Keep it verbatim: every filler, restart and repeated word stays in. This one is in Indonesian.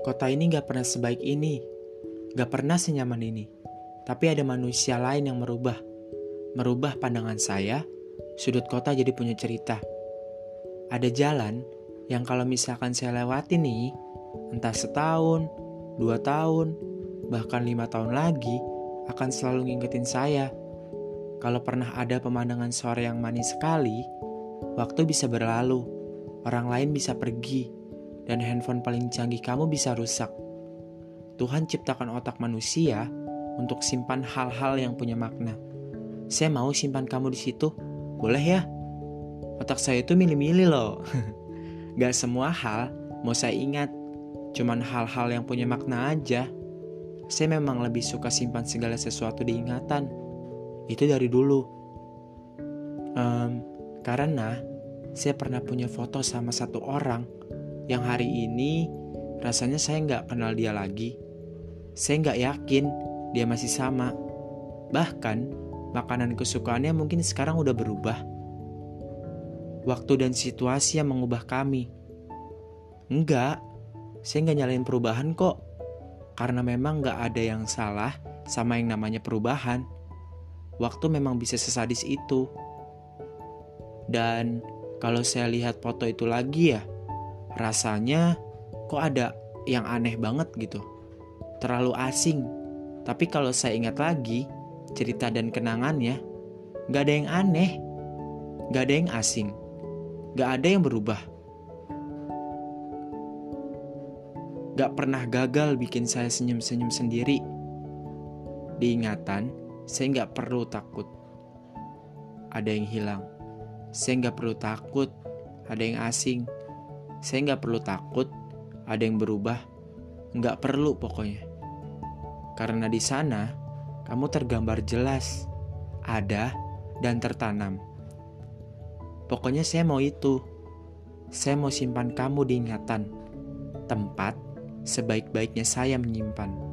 Kota ini gak pernah sebaik ini, gak pernah senyaman ini. Tapi ada manusia lain yang merubah. Merubah pandangan saya, sudut kota jadi punya cerita. Ada jalan yang kalau misalkan saya lewati nih, entah setahun, dua tahun, bahkan lima tahun lagi, akan selalu ngingetin saya. Kalau pernah ada pemandangan sore yang manis sekali, waktu bisa berlalu, orang lain bisa pergi, dan handphone paling canggih kamu bisa rusak. Tuhan ciptakan otak manusia untuk simpan hal-hal yang punya makna. Saya mau simpan kamu di situ, boleh ya? Otak saya itu milih-milih loh. Gak semua hal mau saya ingat, cuman hal-hal yang punya makna aja. Saya memang lebih suka simpan segala sesuatu di ingatan. Itu dari dulu. Um, karena saya pernah punya foto sama satu orang yang hari ini rasanya saya gak kenal dia lagi. Saya gak yakin dia masih sama. Bahkan makanan kesukaannya mungkin sekarang udah berubah. Waktu dan situasi yang mengubah kami. Enggak, saya gak nyalain perubahan kok. Karena memang gak ada yang salah sama yang namanya perubahan. Waktu memang bisa sesadis itu. Dan kalau saya lihat foto itu lagi ya, rasanya kok ada yang aneh banget gitu. Terlalu asing. Tapi kalau saya ingat lagi, cerita dan kenangannya, gak ada yang aneh. Gak ada yang asing. Gak ada yang berubah. Gak pernah gagal bikin saya senyum-senyum sendiri. Diingatan, saya gak perlu takut ada yang hilang. Saya gak perlu takut ada yang asing. Saya gak perlu takut ada yang berubah. Gak perlu pokoknya. Karena di sana kamu tergambar jelas, ada dan tertanam. Pokoknya saya mau itu. Saya mau simpan kamu di ingatan, tempat sebaik-baiknya saya menyimpan.